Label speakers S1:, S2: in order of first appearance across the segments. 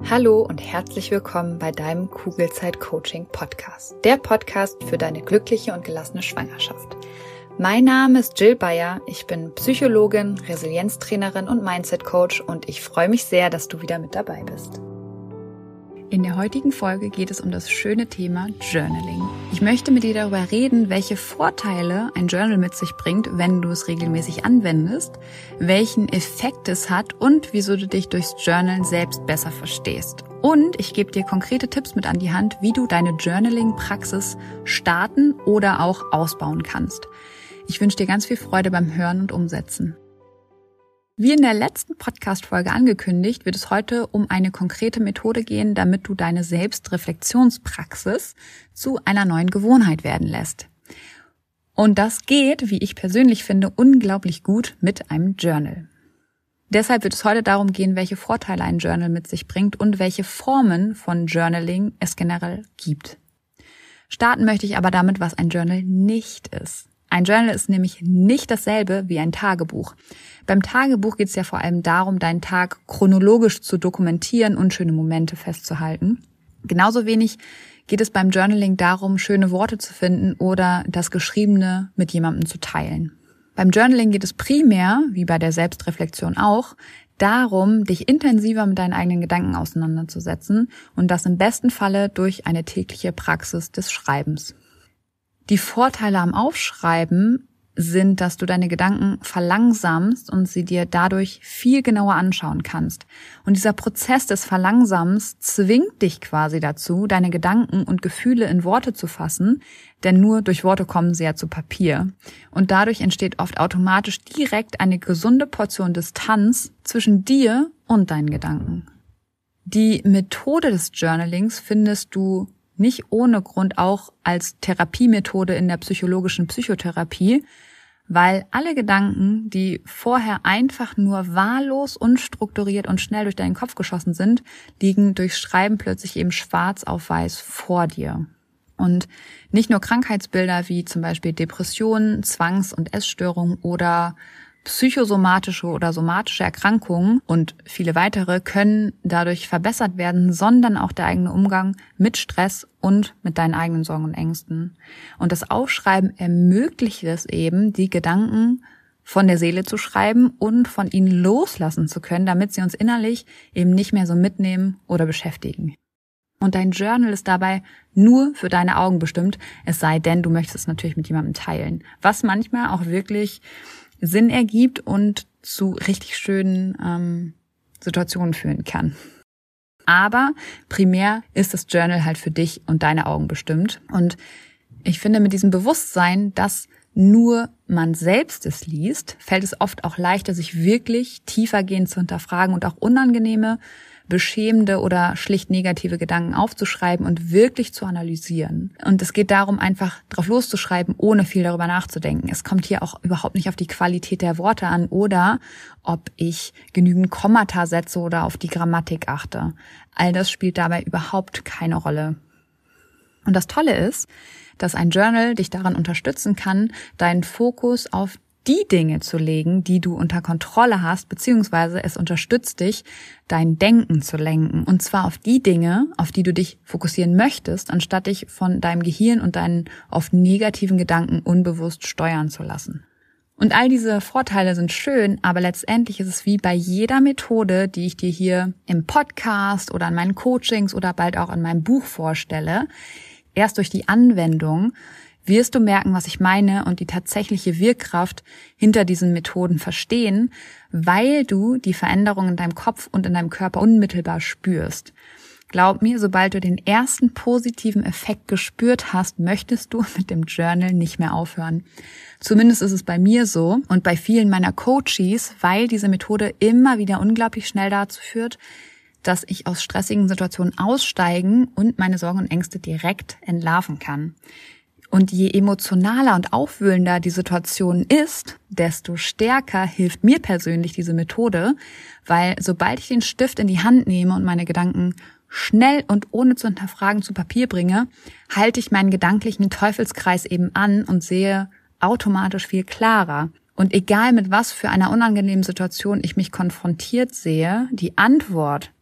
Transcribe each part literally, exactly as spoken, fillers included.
S1: Hallo und herzlich willkommen bei deinem Kugelzeit-Coaching-Podcast. Der Podcast für deine glückliche und gelassene Schwangerschaft. Mein Name ist Jill Bayer, ich bin Psychologin, Resilienztrainerin und Mindset-Coach und ich freue mich sehr, dass du wieder mit dabei bist. In der heutigen Folge geht es um das schöne Thema Journaling. Ich möchte mit dir darüber reden, welche Vorteile ein Journal mit sich bringt, wenn du es regelmäßig anwendest, welchen Effekt es hat und wieso du dich durchs Journalen selbst besser verstehst. Und ich gebe dir konkrete Tipps mit an die Hand, wie du deine Journaling-Praxis starten oder auch ausbauen kannst. Ich wünsche dir ganz viel Freude beim Hören und Umsetzen. Wie in der letzten Podcast-Folge angekündigt, wird es heute um eine konkrete Methode gehen, damit du deine Selbstreflexionspraxis zu einer neuen Gewohnheit werden lässt. Und das geht, wie ich persönlich finde, unglaublich gut mit einem Journal. Deshalb wird es heute darum gehen, welche Vorteile ein Journal mit sich bringt und welche Formen von Journaling es generell gibt. Starten möchte ich aber damit, was ein Journal nicht ist. Ein Journal ist nämlich nicht dasselbe wie ein Tagebuch. Beim Tagebuch geht es ja vor allem darum, deinen Tag chronologisch zu dokumentieren und schöne Momente festzuhalten. Genauso wenig geht es beim Journaling darum, schöne Worte zu finden oder das Geschriebene mit jemandem zu teilen. Beim Journaling geht es primär, wie bei der Selbstreflexion auch, darum, dich intensiver mit deinen eigenen Gedanken auseinanderzusetzen und das im besten Falle durch eine tägliche Praxis des Schreibens. Die Vorteile am Aufschreiben sind, dass du deine Gedanken verlangsamst und sie dir dadurch viel genauer anschauen kannst. Und dieser Prozess des Verlangsamens zwingt dich quasi dazu, deine Gedanken und Gefühle in Worte zu fassen, denn nur durch Worte kommen sie ja zu Papier. Und dadurch entsteht oft automatisch direkt eine gesunde Portion Distanz zwischen dir und deinen Gedanken. Die Methode des Journalings findest du nicht ohne Grund auch als Therapiemethode in der psychologischen Psychotherapie, weil alle Gedanken, die vorher einfach nur wahllos, unstrukturiert und schnell durch deinen Kopf geschossen sind, liegen durch Schreiben plötzlich eben schwarz auf weiß vor dir. Und nicht nur Krankheitsbilder wie zum Beispiel Depressionen, Zwangs- und Essstörungen oder psychosomatische oder somatische Erkrankungen und viele weitere können dadurch verbessert werden, sondern auch der eigene Umgang mit Stress und mit deinen eigenen Sorgen und Ängsten. Und das Aufschreiben ermöglicht es eben, die Gedanken von der Seele zu schreiben und von ihnen loslassen zu können, damit sie uns innerlich eben nicht mehr so mitnehmen oder beschäftigen. Und dein Journal ist dabei nur für deine Augen bestimmt, es sei denn, du möchtest es natürlich mit jemandem teilen, was manchmal auch wirklich Sinn ergibt und zu richtig schönen ähm, Situationen führen kann. Aber primär ist das Journal halt für dich und deine Augen bestimmt. Und ich finde, mit diesem Bewusstsein, dass nur man selbst es liest, fällt es oft auch leichter, sich wirklich tiefergehend zu hinterfragen und auch unangenehme, beschämende oder schlicht negative Gedanken aufzuschreiben und wirklich zu analysieren. Und es geht darum, einfach drauf loszuschreiben, ohne viel darüber nachzudenken. Es kommt hier auch überhaupt nicht auf die Qualität der Worte an oder ob ich genügend Kommata setze oder auf die Grammatik achte. All das spielt dabei überhaupt keine Rolle. Und das Tolle ist, dass ein Journal dich daran unterstützen kann, deinen Fokus auf die Dinge zu legen, die du unter Kontrolle hast, beziehungsweise es unterstützt dich, dein Denken zu lenken. Und zwar auf die Dinge, auf die du dich fokussieren möchtest, anstatt dich von deinem Gehirn und deinen oft negativen Gedanken unbewusst steuern zu lassen. Und all diese Vorteile sind schön, aber letztendlich ist es wie bei jeder Methode, die ich dir hier im Podcast oder an meinen Coachings oder bald auch in meinem Buch vorstelle. Erst durch die Anwendung wirst du merken, was ich meine und die tatsächliche Wirkkraft hinter diesen Methoden verstehen, weil du die Veränderung in deinem Kopf und in deinem Körper unmittelbar spürst. Glaub mir, sobald du den ersten positiven Effekt gespürt hast, möchtest du mit dem Journal nicht mehr aufhören. Zumindest ist es bei mir so und bei vielen meiner Coaches, weil diese Methode immer wieder unglaublich schnell dazu führt, dass ich aus stressigen Situationen aussteigen und meine Sorgen und Ängste direkt entlarven kann. Und je emotionaler und aufwühlender die Situation ist, desto stärker hilft mir persönlich diese Methode, weil sobald ich den Stift in die Hand nehme und meine Gedanken schnell und ohne zu hinterfragen zu Papier bringe, halte ich meinen gedanklichen Teufelskreis eben an und sehe automatisch viel klarer. Und egal mit was für einer unangenehmen Situation ich mich konfrontiert sehe, die Antwort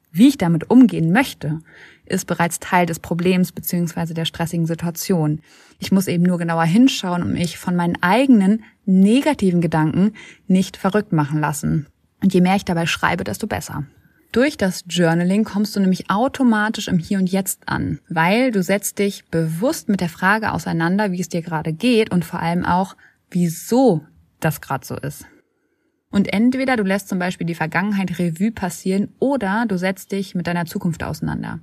S1: Wie ich damit umgehen möchte, ist bereits Teil des Problems bzw. der stressigen Situation. Ich muss eben nur genauer hinschauen und mich von meinen eigenen negativen Gedanken nicht verrückt machen lassen. Und je mehr ich dabei schreibe, desto besser. Durch das Journaling kommst du nämlich automatisch im Hier und Jetzt an, weil du setzt dich bewusst mit der Frage auseinander, wie es dir gerade geht und vor allem auch, wieso das gerade so ist. Und entweder du lässt zum Beispiel die Vergangenheit Revue passieren oder du setzt dich mit deiner Zukunft auseinander.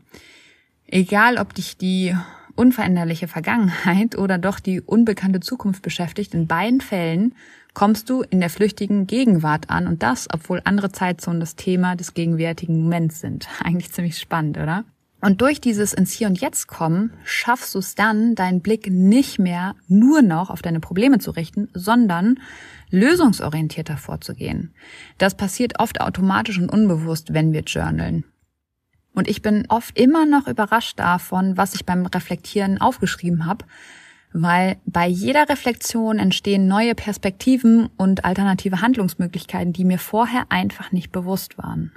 S1: Egal, ob dich die unveränderliche Vergangenheit oder doch die unbekannte Zukunft beschäftigt, in beiden Fällen kommst du in der flüchtigen Gegenwart an und das, obwohl andere Zeitzonen das Thema des gegenwärtigen Moments sind. Eigentlich ziemlich spannend, oder? Und durch dieses ins Hier und Jetzt kommen, schaffst du es dann, deinen Blick nicht mehr nur noch auf deine Probleme zu richten, sondern lösungsorientierter vorzugehen. Das passiert oft automatisch und unbewusst, wenn wir journalen. Und ich bin oft immer noch überrascht davon, was ich beim Reflektieren aufgeschrieben habe, weil bei jeder Reflexion entstehen neue Perspektiven und alternative Handlungsmöglichkeiten, die mir vorher einfach nicht bewusst waren.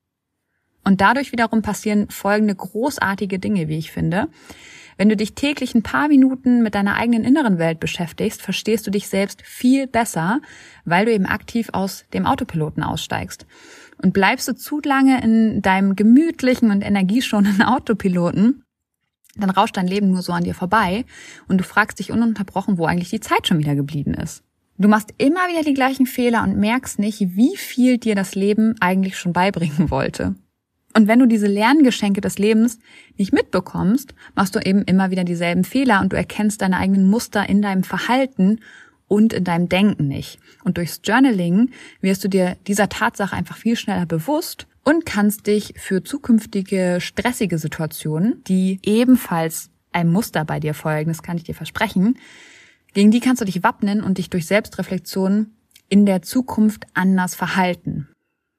S1: Und dadurch wiederum passieren folgende großartige Dinge, wie ich finde. Wenn du dich täglich ein paar Minuten mit deiner eigenen inneren Welt beschäftigst, verstehst du dich selbst viel besser, weil du eben aktiv aus dem Autopiloten aussteigst. Und bleibst du zu lange in deinem gemütlichen und energieschonenden Autopiloten, dann rauscht dein Leben nur so an dir vorbei und du fragst dich ununterbrochen, wo eigentlich die Zeit schon wieder geblieben ist. Du machst immer wieder die gleichen Fehler und merkst nicht, wie viel dir das Leben eigentlich schon beibringen wollte. Und wenn du diese Lerngeschenke des Lebens nicht mitbekommst, machst du eben immer wieder dieselben Fehler und du erkennst deine eigenen Muster in deinem Verhalten und in deinem Denken nicht. Und durchs Journaling wirst du dir dieser Tatsache einfach viel schneller bewusst und kannst dich für zukünftige stressige Situationen, die ebenfalls einem Muster bei dir folgen, das kann ich dir versprechen, gegen die kannst du dich wappnen und dich durch Selbstreflexion in der Zukunft anders verhalten.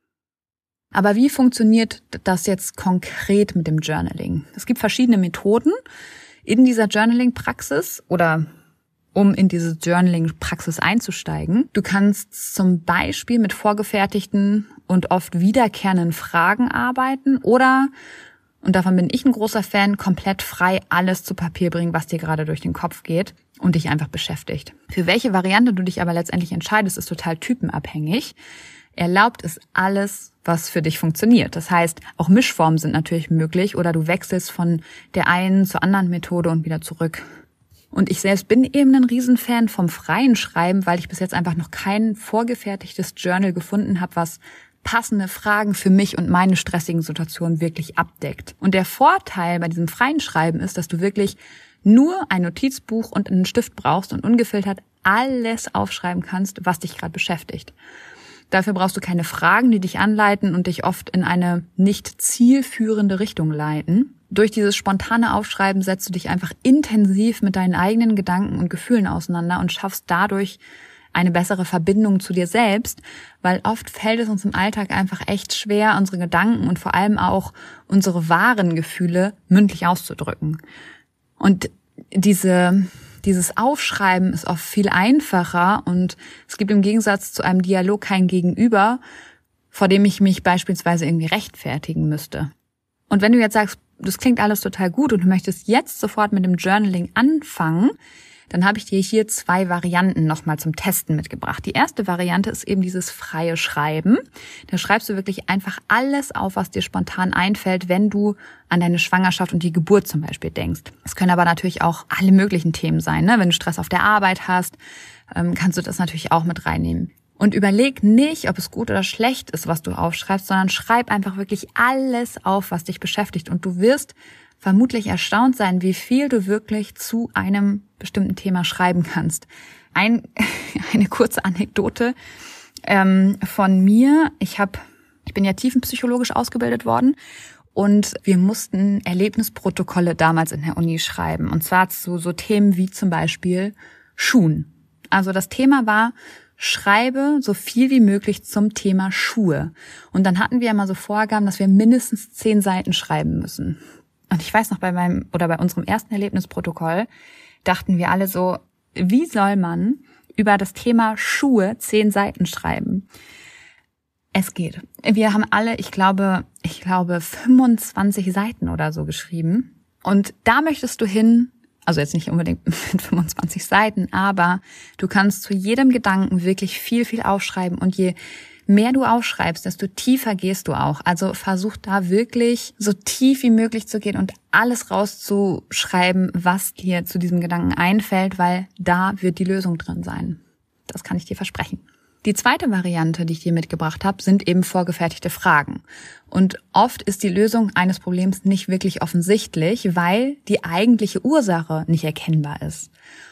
S1: Aber wie funktioniert das jetzt konkret mit dem Journaling? Es gibt verschiedene Methoden in dieser Journaling-Praxis oder um in diese Journaling-Praxis einzusteigen. Du kannst zum Beispiel mit vorgefertigten und oft wiederkehrenden Fragen arbeiten oder, und davon bin ich ein großer Fan, komplett frei alles zu Papier bringen, was dir gerade durch den Kopf geht und dich einfach beschäftigt. Für welche Variante du dich aber letztendlich entscheidest, ist total typenabhängig. Erlaubt ist alles, was für dich funktioniert. Das heißt, auch Mischformen sind natürlich möglich oder du wechselst von der einen zur anderen Methode und wieder zurück. Und ich selbst bin eben ein Riesenfan vom freien Schreiben, weil ich bis jetzt einfach noch kein vorgefertigtes Journal gefunden habe, was passende Fragen für mich und meine stressigen Situationen wirklich abdeckt. Und der Vorteil bei diesem freien Schreiben ist, dass du wirklich nur ein Notizbuch und einen Stift brauchst und ungefiltert alles aufschreiben kannst, was dich gerade beschäftigt. Dafür brauchst du keine Fragen, die dich anleiten und dich oft in eine nicht zielführende Richtung leiten. Durch dieses spontane Aufschreiben setzt du dich einfach intensiv mit deinen eigenen Gedanken und Gefühlen auseinander und schaffst dadurch eine bessere Verbindung zu dir selbst, weil oft fällt es uns im Alltag einfach echt schwer, unsere Gedanken und vor allem auch unsere wahren Gefühle mündlich auszudrücken. Und diese Dieses Aufschreiben ist oft viel einfacher und es gibt im Gegensatz zu einem Dialog kein Gegenüber, vor dem ich mich beispielsweise irgendwie rechtfertigen müsste. Und wenn du jetzt sagst, das klingt alles total gut und du möchtest jetzt sofort mit dem Journaling anfangen, dann habe ich dir hier zwei Varianten nochmal zum Testen mitgebracht. Die erste Variante ist eben dieses freie Schreiben. Da schreibst du wirklich einfach alles auf, was dir spontan einfällt, wenn du an deine Schwangerschaft und die Geburt zum Beispiel denkst. Es können aber natürlich auch alle möglichen Themen sein, ne? Wenn du Stress auf der Arbeit hast, kannst du das natürlich auch mit reinnehmen. Und überleg nicht, ob es gut oder schlecht ist, was du aufschreibst, sondern schreib einfach wirklich alles auf, was dich beschäftigt. Und du wirst vermutlich erstaunt sein, wie viel du wirklich zu einem bestimmten Thema schreiben kannst. Ein, eine kurze Anekdote ähm, von mir. Ich hab, ich bin ja tiefenpsychologisch ausgebildet worden und wir mussten Erlebnisprotokolle damals in der Uni schreiben. Und zwar zu so Themen wie zum Beispiel Schuhen. Also das Thema war, schreibe so viel wie möglich zum Thema Schuhe. Und dann hatten wir immer so Vorgaben, dass wir mindestens zehn Seiten schreiben müssen. Und ich weiß noch, bei meinem oder bei unserem ersten Erlebnisprotokoll dachten wir alle so, wie soll man über das Thema Schuhe zehn Seiten schreiben? Es geht. Wir haben alle, ich glaube, ich glaube fünfundzwanzig Seiten oder so geschrieben. Und da möchtest du hin, also jetzt nicht unbedingt mit fünfundzwanzig Seiten, aber du kannst zu jedem Gedanken wirklich viel, viel aufschreiben. Und je mehr du aufschreibst, desto tiefer gehst du auch. Also versuch da wirklich so tief wie möglich zu gehen und alles rauszuschreiben, was dir zu diesem Gedanken einfällt, weil da wird die Lösung drin sein. Das kann ich dir versprechen. Die zweite Variante, die ich dir mitgebracht habe, sind eben vorgefertigte Fragen. Und oft ist die Lösung eines Problems nicht wirklich offensichtlich, weil die eigentliche Ursache nicht erkennbar ist.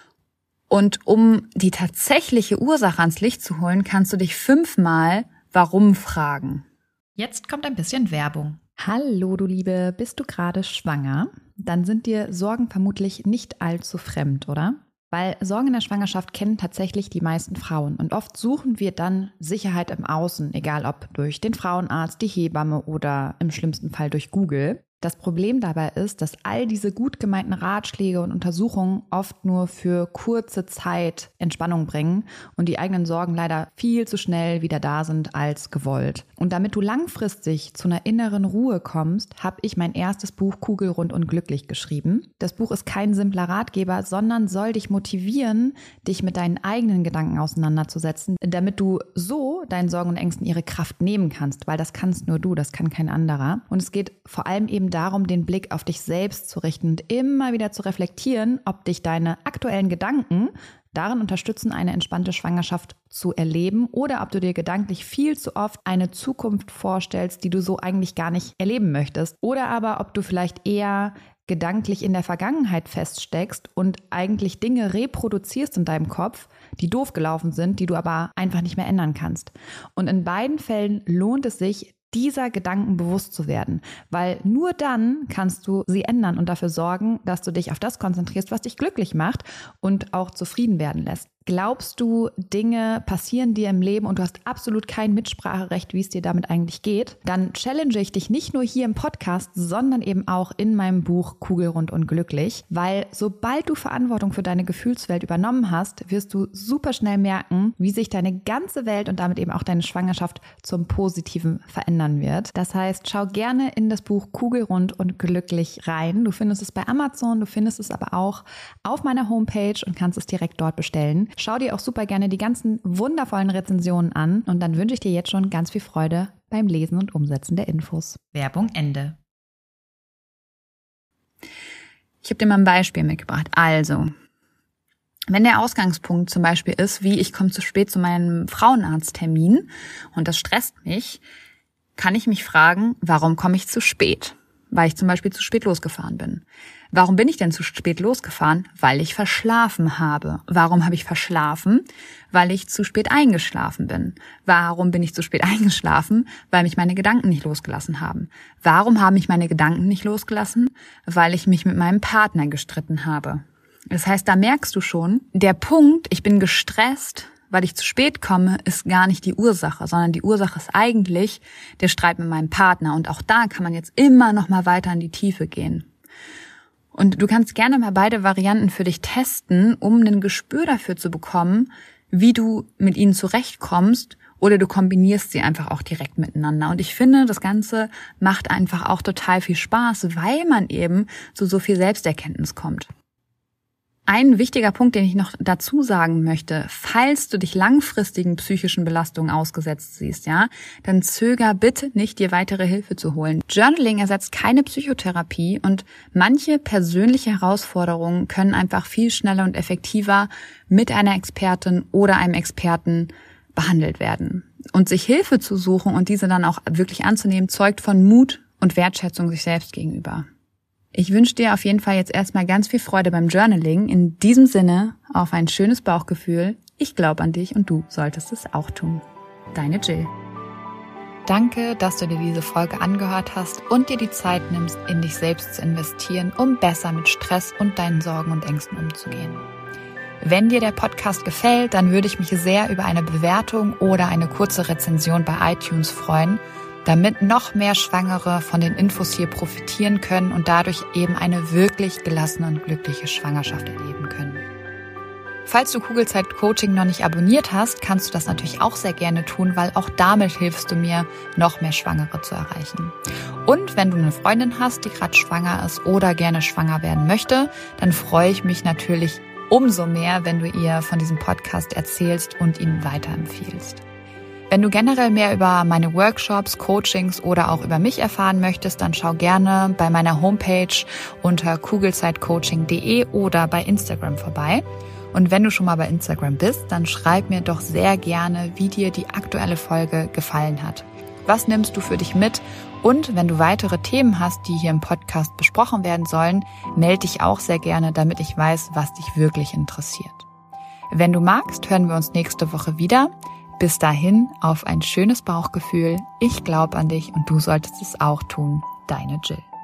S1: Und um die tatsächliche Ursache ans Licht zu holen, kannst du dich fünfmal Warum fragen.
S2: Jetzt kommt ein bisschen Werbung.
S3: Hallo du Liebe, bist du gerade schwanger? Dann sind dir Sorgen vermutlich nicht allzu fremd, oder? Weil Sorgen in der Schwangerschaft kennen tatsächlich die meisten Frauen und oft suchen wir dann Sicherheit im Außen, egal ob durch den Frauenarzt, die Hebamme oder im schlimmsten Fall durch Google. Das Problem dabei ist, dass all diese gut gemeinten Ratschläge und Untersuchungen oft nur für kurze Zeit Entspannung bringen und die eigenen Sorgen leider viel zu schnell wieder da sind als gewollt. Und damit du langfristig zu einer inneren Ruhe kommst, habe ich mein erstes Buch Kugelrund und glücklich geschrieben. Das Buch ist kein simpler Ratgeber, sondern soll dich motivieren, dich mit deinen eigenen Gedanken auseinanderzusetzen, damit du so deinen Sorgen und Ängsten ihre Kraft nehmen kannst, weil das kannst nur du, das kann kein anderer. Und es geht vor allem eben darum, den Blick auf dich selbst zu richten und immer wieder zu reflektieren, ob dich deine aktuellen Gedanken darin unterstützen, eine entspannte Schwangerschaft zu erleben oder ob du dir gedanklich viel zu oft eine Zukunft vorstellst, die du so eigentlich gar nicht erleben möchtest. Oder aber ob du vielleicht eher gedanklich in der Vergangenheit feststeckst und eigentlich Dinge reproduzierst in deinem Kopf, die doof gelaufen sind, die du aber einfach nicht mehr ändern kannst. Und in beiden Fällen lohnt es sich, dieser Gedanken bewusst zu werden, weil nur dann kannst du sie ändern und dafür sorgen, dass du dich auf das konzentrierst, was dich glücklich macht und auch zufrieden werden lässt. Glaubst du, Dinge passieren dir im Leben und du hast absolut kein Mitspracherecht, wie es dir damit eigentlich geht? Dann challenge ich dich nicht nur hier im Podcast, sondern eben auch in meinem Buch Kugelrund und glücklich, weil sobald du Verantwortung für deine Gefühlswelt übernommen hast, wirst du super schnell merken, wie sich deine ganze Welt und damit eben auch deine Schwangerschaft zum Positiven verändern wird. Das heißt, schau gerne in das Buch Kugelrund und glücklich rein. Du findest es bei Amazon, du findest es aber auch auf meiner Homepage und kannst es direkt dort bestellen. Schau dir auch super gerne die ganzen wundervollen Rezensionen an und dann wünsche ich dir jetzt schon ganz viel Freude beim Lesen und Umsetzen der Infos.
S2: Werbung Ende.
S1: Ich habe dir mal ein Beispiel mitgebracht. Also, wenn der Ausgangspunkt zum Beispiel ist, wie ich komme zu spät zu meinem Frauenarzttermin und das stresst mich, kann ich mich fragen, warum komme ich zu spät? Weil ich zum Beispiel zu spät losgefahren bin. Warum bin ich denn zu spät losgefahren? Weil ich verschlafen habe. Warum habe ich verschlafen? Weil ich zu spät eingeschlafen bin. Warum bin ich zu spät eingeschlafen? Weil mich meine Gedanken nicht losgelassen haben. Warum haben mich meine Gedanken nicht losgelassen? Weil ich mich mit meinem Partner gestritten habe. Das heißt, da merkst du schon, der Punkt, ich bin gestresst, weil ich zu spät komme, ist gar nicht die Ursache, sondern die Ursache ist eigentlich der Streit mit meinem Partner. Und auch da kann man jetzt immer noch mal weiter in die Tiefe gehen. Und du kannst gerne mal beide Varianten für dich testen, um ein Gespür dafür zu bekommen, wie du mit ihnen zurechtkommst, oder du kombinierst sie einfach auch direkt miteinander. Und ich finde, das Ganze macht einfach auch total viel Spaß, weil man eben zu so viel Selbsterkenntnis kommt. Ein wichtiger Punkt, den ich noch dazu sagen möchte, falls du dich langfristigen psychischen Belastungen ausgesetzt siehst, ja, dann zöger bitte nicht, dir weitere Hilfe zu holen. Journaling ersetzt keine Psychotherapie und manche persönliche Herausforderungen können einfach viel schneller und effektiver mit einer Expertin oder einem Experten behandelt werden. Und sich Hilfe zu suchen und diese dann auch wirklich anzunehmen, zeugt von Mut und Wertschätzung sich selbst gegenüber. Ich wünsche dir auf jeden Fall jetzt erstmal ganz viel Freude beim Journaling. In diesem Sinne auf ein schönes Bauchgefühl. Ich glaube an dich und du solltest es auch tun. Deine Jill.
S3: Danke, dass du dir diese Folge angehört hast und dir die Zeit nimmst, in dich selbst zu investieren, um besser mit Stress und deinen Sorgen und Ängsten umzugehen. Wenn dir der Podcast gefällt, dann würde ich mich sehr über eine Bewertung oder eine kurze Rezension bei iTunes freuen, damit noch mehr Schwangere von den Infos hier profitieren können und dadurch eben eine wirklich gelassene und glückliche Schwangerschaft erleben können.
S1: Falls du Kugelzeit-Coaching noch nicht abonniert hast, kannst du das natürlich auch sehr gerne tun, weil auch damit hilfst du mir, noch mehr Schwangere zu erreichen. Und wenn du eine Freundin hast, die gerade schwanger ist oder gerne schwanger werden möchte, dann freue ich mich natürlich umso mehr, wenn du ihr von diesem Podcast erzählst und ihn weiterempfiehlst. Wenn du generell mehr über meine Workshops, Coachings oder auch über mich erfahren möchtest, dann schau gerne bei meiner Homepage unter kugelzeitcoaching punkt de oder bei Instagram vorbei. Und wenn du schon mal bei Instagram bist, dann schreib mir doch sehr gerne, wie dir die aktuelle Folge gefallen hat. Was nimmst du für dich mit? Und wenn du weitere Themen hast, die hier im Podcast besprochen werden sollen, melde dich auch sehr gerne, damit ich weiß, was dich wirklich interessiert. Wenn du magst, hören wir uns nächste Woche wieder. Bis dahin auf ein schönes Bauchgefühl. Ich glaube an dich und du solltest es auch tun. Deine Jill.